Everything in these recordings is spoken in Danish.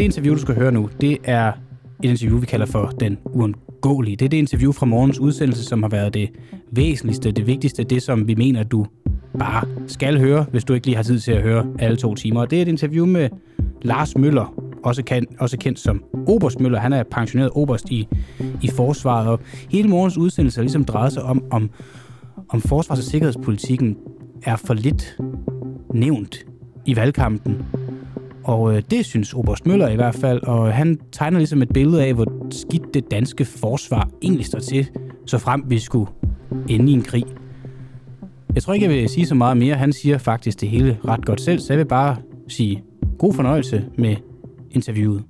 interview, du skal høre nu, det er et interview, vi kalder for Den Uundgåelige. Det er det interview fra morgens udsendelse, som har været det væsentligste, det vigtigste, det som vi mener, du bare skal høre, hvis du ikke lige har tid til at høre alle 2 timer. Og det er et interview med Lars Møller, også kendt som Oberst Møller. Han er pensioneret oberst i forsvaret, og hele morgens udsendelse har ligesom drejet sig om forsvars- og sikkerhedspolitikken er for lidt nævnt i valgkampen. Og det synes Oberst Møller i hvert fald, og han tegner ligesom et billede af, hvor skidt det danske forsvar egentlig står til, så frem vi skulle ende i en krig. Jeg tror ikke, jeg vil sige så meget mere. Han siger faktisk det hele ret godt selv, så jeg vil bare sige god fornøjelse med interviewet.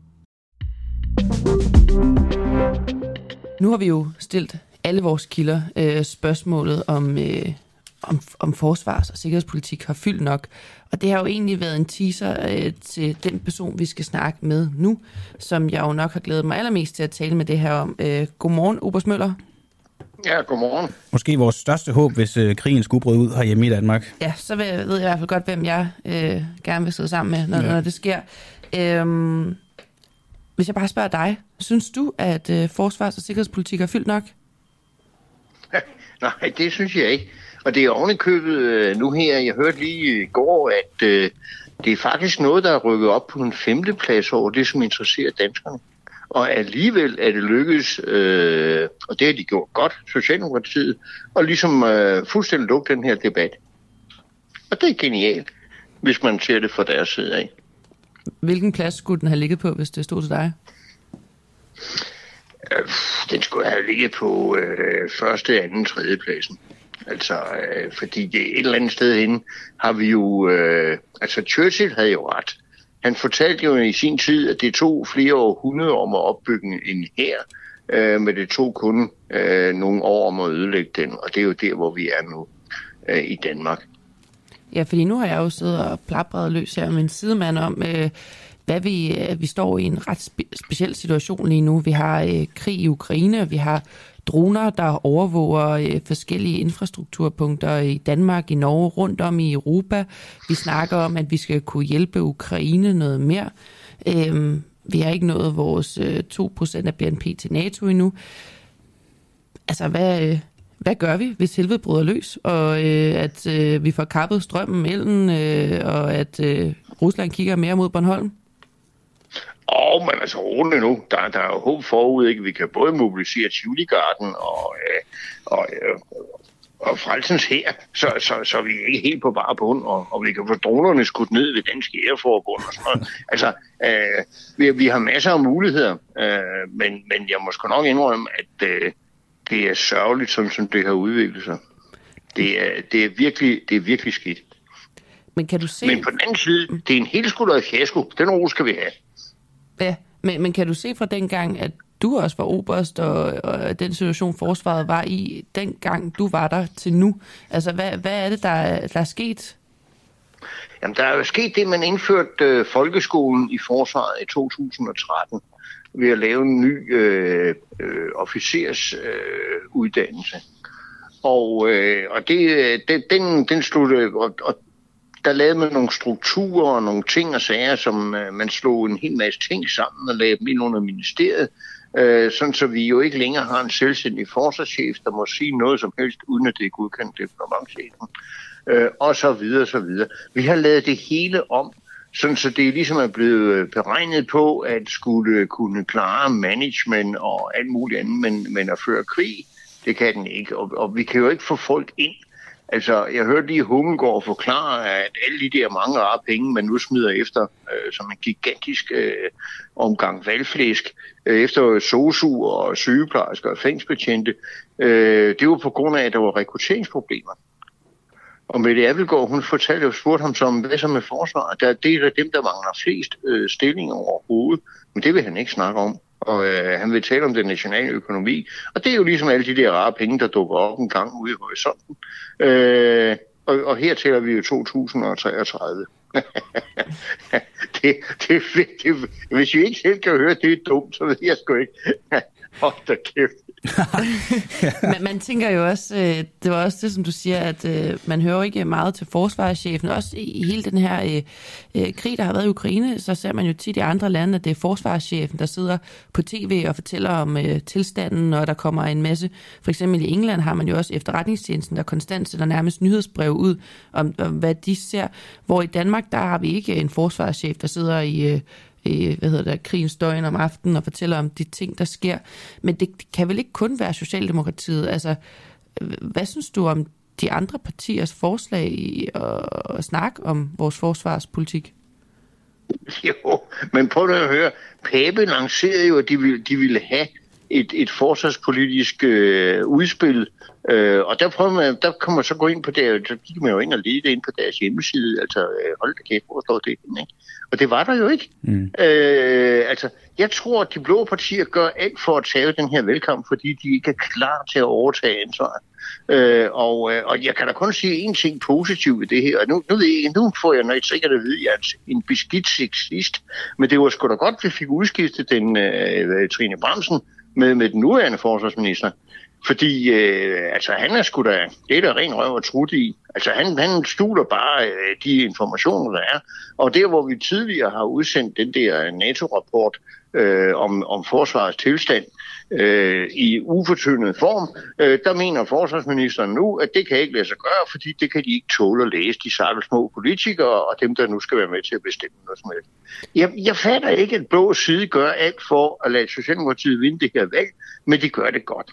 Nu har vi jo stillet alle vores kilder spørgsmålet om forsvars- og sikkerhedspolitik har fyldt nok. Og det har jo egentlig været en teaser til den person, vi skal snakke med nu, som jeg jo nok har glædet mig allermest til at tale med det her om. Godmorgen, Oberst Møller. Ja, godmorgen. Måske vores største håb, hvis krigen skulle bryde ud herhjemme i Danmark. Ja, så ved jeg i hvert fald godt, hvem jeg gerne vil sidde sammen med, når det sker. Hvis jeg bare spørger dig, synes du, at forsvars- og sikkerhedspolitik har fyldt nok? Nej, det synes jeg ikke. Og det er ovenikøbet nu her, jeg hørte lige i går, at det er faktisk noget, der er rykket op på en 5. plads over det, som interesserer danskerne. Og alligevel er det lykkedes, og det har de gjort godt, Socialdemokratiet, og ligesom fuldstændig lukke den her debat. Og det er genialt, hvis man ser det fra deres side af. Hvilken plads skulle den have ligget på, hvis det stod til dig? Den skulle have ligget på 1., 2., 3. pladsen. Altså, fordi det et eller andet sted henne har vi jo... altså, Churchill havde jo ret. Han fortalte jo i sin tid, at det tog flere århundreder om at opbygge en hær, men det tog kun nogle år om at ødelægge den, og det er jo der, hvor vi er nu i Danmark. Ja, fordi nu har jeg jo siddet og plapret løs her med en sidemand om, hvad vi står i en ret speciel situation lige nu. Vi har krig i Ukraine, og vi har droner, der overvåger forskellige infrastrukturpunkter i Danmark, i Norge, rundt om i Europa. Vi snakker om, at vi skal kunne hjælpe Ukraine noget mere. Vi har ikke nået vores 2% af BNP til NATO endnu. Altså, hvad gør vi, hvis helvede bryder løs, og at vi får kappet strømmen, elen, og at Rusland kigger mere mod Bornholm? Men altså roligt nu. Der er jo håb forud, ikke? Vi kan både mobilisere Tivoli-garden og Frelsens hær, så vi er ikke helt på bare bund, og vi kan få dronerne skudt ned ved Danske Jægerforbund og sådan noget. Altså, vi har masser af muligheder, men jeg må sgu nok indrømme, at det er sørgeligt, som det har udviklet sig. Det er virkelig skidt. Men kan du se... Men på den anden side, det er en helskuldret fiasko. Den ro skal vi have. Ja, men kan du se fra dengang, at du også var oberst, og den situation, forsvaret var i, dengang du var der til nu? Altså, hvad er det, der er sket? Jamen, der er jo sket det, man indførte folkeskolen i forsvaret i 2013 ved at lave en ny officersuddannelse. Og den sluttede... Og der lavede man nogle strukturer og nogle ting og sager, som man slog en hel masse ting sammen og lagde dem ind under ministeriet, sådan så vi jo ikke længere har en selvstændig forsvarschef, der må sige noget som helst, uden at det er godkendt departementschefen, og så videre, så videre. Vi har lavet det hele om, sådan så det ligesom er blevet beregnet på, at skulle kunne klare management og alt muligt andet, men at føre krig, det kan den ikke. Og vi kan jo ikke få folk ind. Altså, jeg hørte lige Hummelgaard forklare, at alle de der mange rare penge, man nu smider efter, som en gigantisk omgang valgflæsk, efter sosu og sygeplejersker og fængselsbetjente, det var på grund af, at der var rekrutteringsproblemer. Og Mette Abildgaard, hun fortalte og spurgte ham som, hvad så med forsvaret? Det er dem, der mangler flest stillinger overhovedet, men det vil han ikke snakke om. Og han vil tale om den nationale økonomi. Og det er jo ligesom alle de der rare penge, der dukker op en gang ude i horisonten. Og her tæller vi jo 2033. Hvis I ikke selv kan høre, det er dumt, så ved jeg sgu ikke. Hold da kæft. Man tænker jo også, det var også det, som du siger, at man hører ikke meget til forsvarschefen. Også i hele den her krig, der har været i Ukraine, så ser man jo tit i andre lande, at det er forsvarschefen, der sidder på tv og fortæller om tilstanden, og der kommer en masse. For eksempel i England har man jo også efterretningstjenesten, der konstant sender nærmest nyhedsbrev ud om hvad de ser. Hvor i Danmark, der har vi ikke en forsvarschef, der sidder i krigens døgn om aftenen og fortæller om de ting, der sker. Men det kan vel ikke kun være Socialdemokratiet. Altså, hvad synes du om de andre partiers forslag i at snakke om vores forsvarspolitik? Jo, men prøv at høre. Pape lancerede jo, at de ville have et forsvarspolitisk udspil, og der kan man så gå ind på det, så gik man jo ind og lede ind på deres hjemmeside, altså hold da kæft, hvor står det, ikke? Og det var der jo ikke. Jeg tror, at de blå partier gør alt for at tage den her valgkamp, fordi de ikke er klar til at overtage ansvaret. Og jeg kan da kun sige en ting positivt ved det her, og nu får jeg nok sikkert at vide, at jeg er en beskidt sexist, men det var sgu da godt, at vi fik udskiftet den Trine Bramsen med den nuværende forsvarsminister. Fordi han er sgu da, det er der ren røv og trut i. Altså han stuler bare de informationer, der er. Og der, hvor vi tidligere har udsendt den der NATO-rapport om forsvarets tilstand i ufortyndet form, der mener forsvarsministeren nu, at det kan ikke lade sig gøre, fordi det kan de ikke tåle at læse, de sakke små politikere og dem, der nu skal være med til at bestemme noget som helst. Jeg fatter ikke, at blå side gør alt for at lade Socialdemokratiet vinde det her valg, men de gør det godt.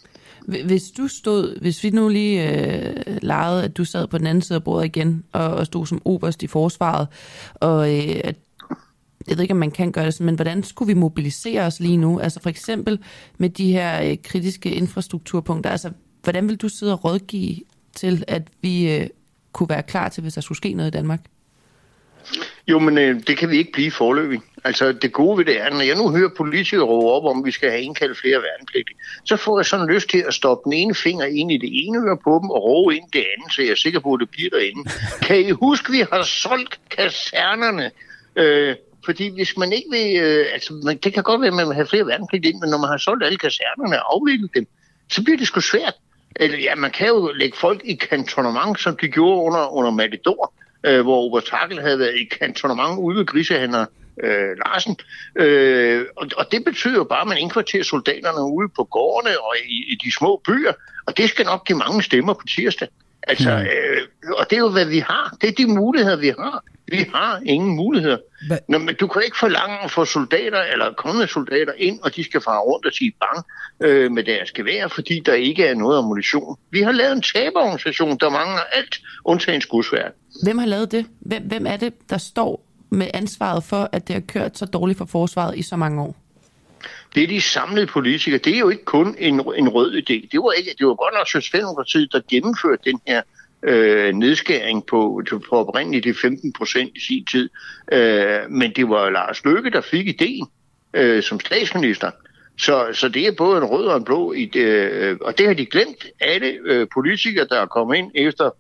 Hvis vi nu lige legede, at du sad på den anden side af bordet igen og stod som oberst i forsvaret, og jeg ved ikke, om man kan gøre det sådan, men hvordan skulle vi mobilisere os lige nu? Altså for eksempel med de her kritiske infrastrukturpunkter, altså hvordan vil du sidde og rådgive til, at vi kunne være klar til, hvis der skulle ske noget i Danmark? Jo, men det kan vi ikke blive foreløbig. Altså det gode ved det er, når jeg nu hører politikere råbe op om, vi skal have indkaldt flere værnepligtige, så får jeg sådan lyst til at stoppe den ene finger ind i det ene øre på dem og råbe ind det andet, så jeg er sikker på, at det bliver derinde. Kan I huske, at vi har solgt kasernerne? Fordi hvis man ikke vil, det kan godt være, at man vil have flere værnepligtige ind, men når man har solgt alle kasernerne og afviklet dem, så bliver det sgu svært. Man kan jo lægge folk i kantonement, som de gjorde under Matador, hvor Oberst Hackel havde været i kantonement ude ved Grisehandler Larsen. Og det betyder jo bare, at man indkvarterer soldaterne ude på gårdene og i de små byer, og det skal nok give mange stemmer på tirsdag. Og det er jo, hvad vi har. Det er de muligheder, vi har. Vi har ingen muligheder. Men du kan ikke forlange at få soldater eller kommende soldater ind, og de skal fare rundt og sige bang med deres gevær, fordi der ikke er noget ammunition. Vi har lavet en taberorganisation, der mangler alt, undtagen skudsværk. Hvem har lavet det? Hvem er det, der står med ansvaret for, at det har kørt så dårligt for forsvaret i så mange år? Det er de samlede politikere. Det er jo ikke kun en rød idé. Det var godt nok Socialdemokratiet, der gennemførte den her nedskæring på oprindeligt de 15% i sin tid. Men det var Lars Løkke, der fik ideen som statsminister. Så det er både en rød og en blå idé. Og det har de glemt. Alle politikere, der er kommet ind efter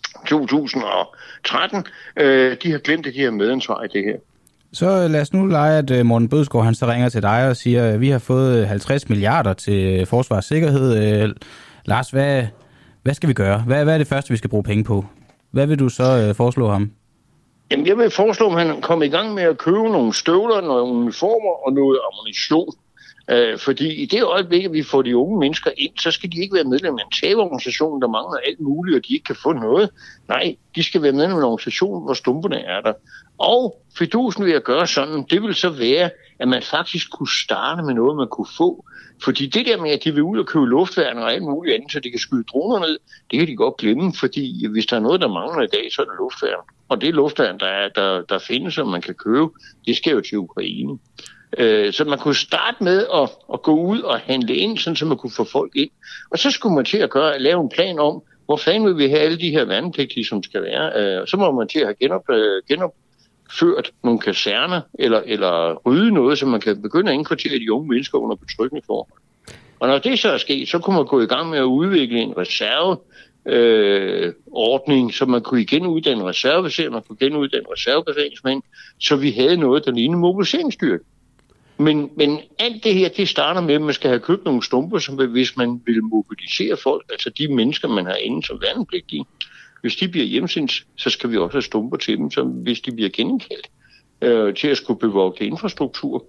2013, de har glemt, at de har medansvar i det her. Så lad os nu lege, at Morten Bødskov han så ringer til dig og siger, at vi har fået 50 milliarder til forsvarssikkerhed. Lars, hvad skal vi gøre? Hvad er det første, vi skal bruge penge på? Hvad vil du så foreslå ham? Jamen, jeg vil foreslå, at han kommer i gang med at købe nogle støvler, nogle uniformer og noget ammunition. Fordi i det øjeblik, at vi får de unge mennesker ind, så skal de ikke være medlem af en tabeorganisation, der mangler alt muligt, og de ikke kan få noget. Nej, de skal være medlem af en organisation, hvor stumperne er der. Og fidusen ved at gøre sådan, det vil så være, at man faktisk kunne starte med noget, man kunne få. Fordi det der med, at de vil ud og købe luftværn og alt muligt andet, så de kan skyde droner ned, det kan de godt glemme, fordi hvis der er noget, der mangler i dag, så er det luftværn. Og det luftværn, der findes, som man kan købe, det skal jo til Ukraine. Så man kunne starte med at gå ud og handle ind, sådan så man kunne få folk ind. Og så skulle man til at lave en plan om, hvor fanden vil vi have alle de her værnepligtige, som skal være. Så må man til at have genopført nogle kaserner, eller rydde noget, så man kan begynde at indkvartere de unge mennesker under betryggende forhold. Og når det så er sket, så kunne man gå i gang med at udvikle en reserveordning, så man kunne igen uddanne reserveofficerer, man kunne igen uddanne reservebefalingsmænd, så vi havde noget, der lignede mobiliseringsstyrke. Men alt det her, det starter med, at man skal have købt nogle stumper, som hvis man vil mobilisere folk, altså de mennesker, man har inde som værnepligtige. Hvis de bliver hjemsendt, så skal vi også have stumper til dem, som hvis de bliver genindkaldt til at skulle bevogte infrastruktur.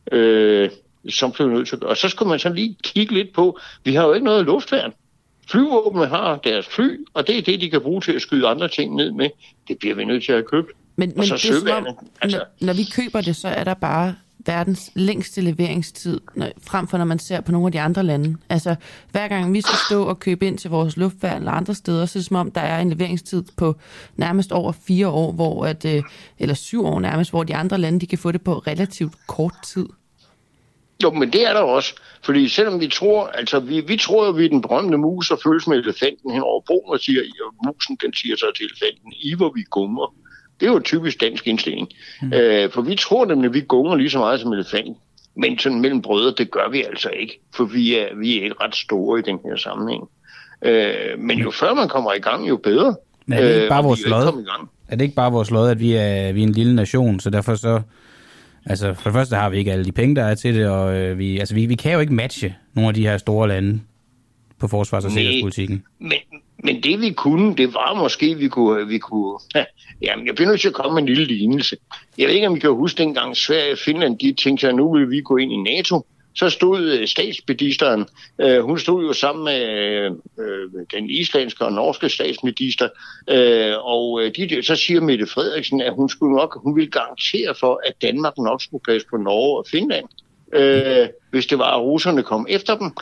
Som bliver nødt til at gøre. Og så skulle man så lige kigge lidt på, vi har jo ikke noget luftværn. Flyvåbnet har deres fly, og det er det, de kan bruge til at skyde andre ting ned med. Det bliver vi nødt til at have købt. Men det er som om, når vi køber det, så er der bare verdens længste leveringstid, frem for når man ser på nogle af de andre lande. Altså, hver gang vi skal stå og købe ind til vores luftværn eller andre steder, så er det som om, der er en leveringstid på nærmest over 4 år, eller 7 år nærmest, hvor de andre lande, de kan få det på relativt kort tid. Jo, men det er der også. Fordi selvom vi tror, altså vi tror jo, vi er den berømte mus, og følges med elefanten hen over broen, og siger, og musen den siger så til elefanten, I hvor vi gummer. Det er jo typisk dansk indstilling. For vi tror nemlig, at vi gummer lige så meget som elefanten. Men sådan mellem brødre, det gør vi altså ikke. For vi er ikke ret store i den her sammenhæng. Men jo før man kommer i gang, jo bedre. Men er det ikke bare vores lod? Er det ikke bare vores lod, at vi er en lille nation, så derfor så... Altså, for det første har vi ikke alle de penge, der er til det, og vi kan jo ikke matche nogle af de her store lande på forsvars- og sikkerhedspolitikken. Men det vi kunne, det var måske, vi kunne jamen, jeg bliver nødt til at komme med en lille lignelse. Jeg ved ikke, om I kan huske dengang Sverige og Finland, de tænkte, at nu vil vi gå ind i NATO. Så stod statsministeren, hun stod jo sammen med den islandske og norske statsminister, og så siger Mette Frederiksen, at hun ville garantere for, at Danmark nok skulle passe på Norge og Finland, hvis det var, at russerne kom efter dem,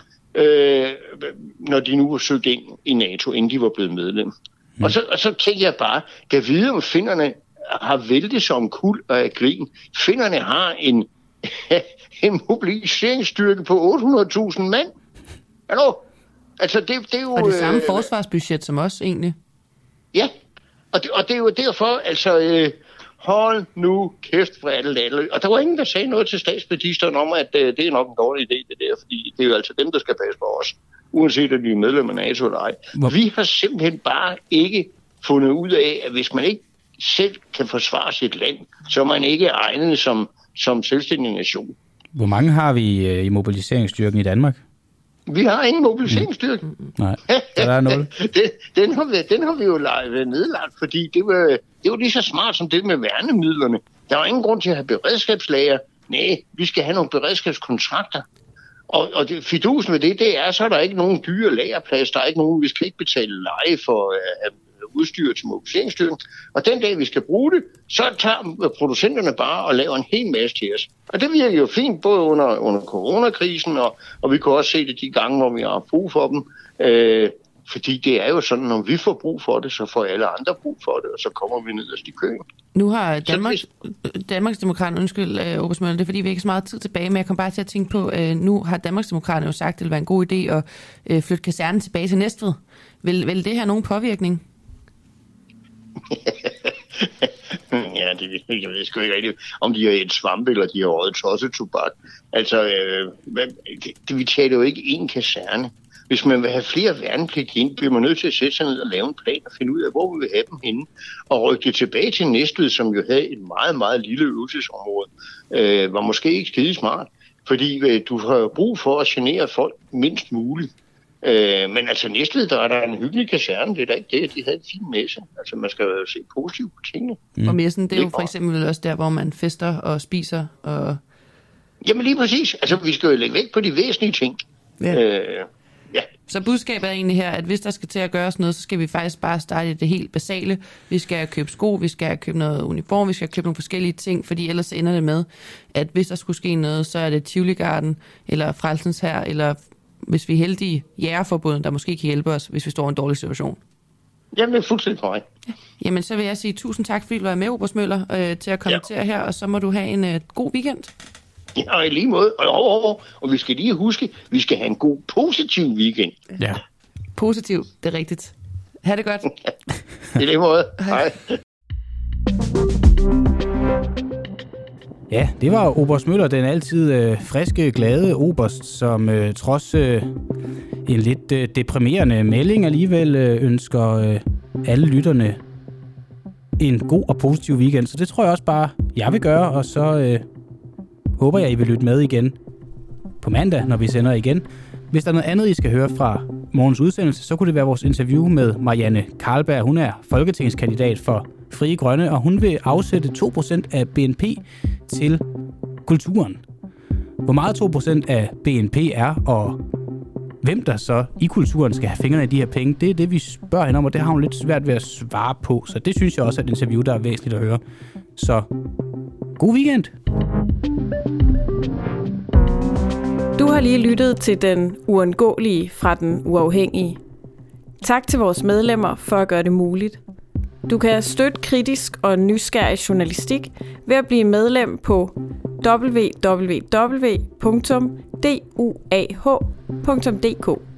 når de nu var søgt ind i NATO, inden de var blevet medlem. Og så tænker jeg bare, kan vide, om finnerne har væltet som kul og grin. Finnerne har en mobiliseringsstyrke på 800.000 mand. Hallo? Altså, det er jo... Og det samme forsvarsbudget som os, egentlig. Ja, og det er jo derfor, altså... hold nu kæft for alle. Og der var ingen, der sagde noget til statsministeren om, at det er nok en dårlig idé, det der, fordi det er jo altså dem, der skal passe på os, uanset at vi er medlem af NATO eller ej. Vi har simpelthen bare ikke fundet ud af, at hvis man ikke selv kan forsvare sit land, så er man ikke egnet som selvstændig nation. Hvor mange har vi i mobiliseringsstyrken i Danmark? Vi har ingen mobiliseringsstyrke. Nej, så der er 0. Den har vi jo nedlagt, fordi det var lige så smart som det med værnemidlerne. Der var ingen grund til at have beredskabslager. Nej, vi skal have nogle beredskabskontrakter. Og fidusen ved det er, så er der ikke nogen dyre lagerplads. Der er ikke nogen, vi skal ikke betale leje for udstyr til mobiliseringsstyrken. Og den dag, vi skal bruge det, så tager producenterne bare og laver en hel masse til os. Og det virker jo fint, både under coronakrisen, og vi kan også se det de gange, hvor vi har brug for dem. Fordi det er jo sådan, når vi får brug for det, så får alle andre brug for det, og så kommer vi nederst i køen. Nu har Danmarksdemokraterne, Oberst-Møller, det er fordi, vi ikke har så meget tid tilbage, men jeg kom bare til at tænke på, nu har Danmarksdemokraterne jo sagt, at det vil være en god idé at flytte kasernen tilbage til Næstved. Vil det have nogen påvirkning? Ja, jeg ved sgu ikke rigtigt, om de har et svampe, eller de har røget tossetobak. Altså, vi taler jo ikke én kaserne. Hvis man vil have flere værnepligtige ind, bliver man nødt til at sætte sig ned og lave en plan og finde ud af, hvor vi vil have dem henne. Og rykke det tilbage til Næstved, som jo havde et meget, meget lille øvelsesområde, var måske ikke skide smart. Fordi du har brug for at genere folk mindst muligt. Men altså Næstved, der er der en hyggelig kaserne, det er da ikke det. De havde en fin messe. Altså man skal jo se positivt på tingene. Og messen, det er jo for eksempel også der, hvor man fester og spiser. Og... Jamen lige præcis. Altså vi skal jo lægge væk på de væsentlige ting. Ja. Ja. Så budskabet er egentlig her, at hvis der skal til at gøres noget, så skal vi faktisk bare starte det helt basale. Vi skal købe sko, vi skal købe noget uniform, vi skal købe nogle forskellige ting, fordi ellers ender det med, at hvis der skulle ske noget, så er det Tivoli Garden, eller Frelsens Hær, eller hvis vi er heldige, Jægerforbundet, der måske kan hjælpe os, hvis vi står i en dårlig situation. Jamen, det er fuldstændig korrekt. Ja. Jamen, så vil jeg sige tusind tak, fordi du var med, Oberst-Møller, til at kommentere her, og så må du have en god weekend. Ja, og i lige måde. Og vi skal lige huske, vi skal have en god, positiv weekend. Ja. Positiv, det er rigtigt. Ha' det godt. I lige måde. Hej. Ja, det var Oberst-Møller, den altid friske, glade oberst, som trods en lidt deprimerende melding alligevel ønsker alle lytterne en god og positiv weekend. Så det tror jeg også bare, jeg vil gøre, og så håber jeg, I vil lytte med igen på mandag, når vi sender igen. Hvis der er noget andet, I skal høre fra morgens udsendelse, så kunne det være vores interview med Marianne Karlberg. Hun er folketingskandidat for Frie Grønne, og hun vil afsætte 2% af BNP til kulturen. Hvor meget 2% af BNP er, og hvem der så i kulturen skal have fingrene i de her penge, det er det, vi spørger hende om, og det har hun lidt svært ved at svare på. Så det synes jeg også er et interview, der er væsentligt at høre. Så god weekend! Du har lige lyttet til Den Uundgåelige fra Den Uafhængige. Tak til vores medlemmer for at gøre det muligt. Du kan støtte kritisk og nysgerrig journalistik ved at blive medlem på www.duah.dk.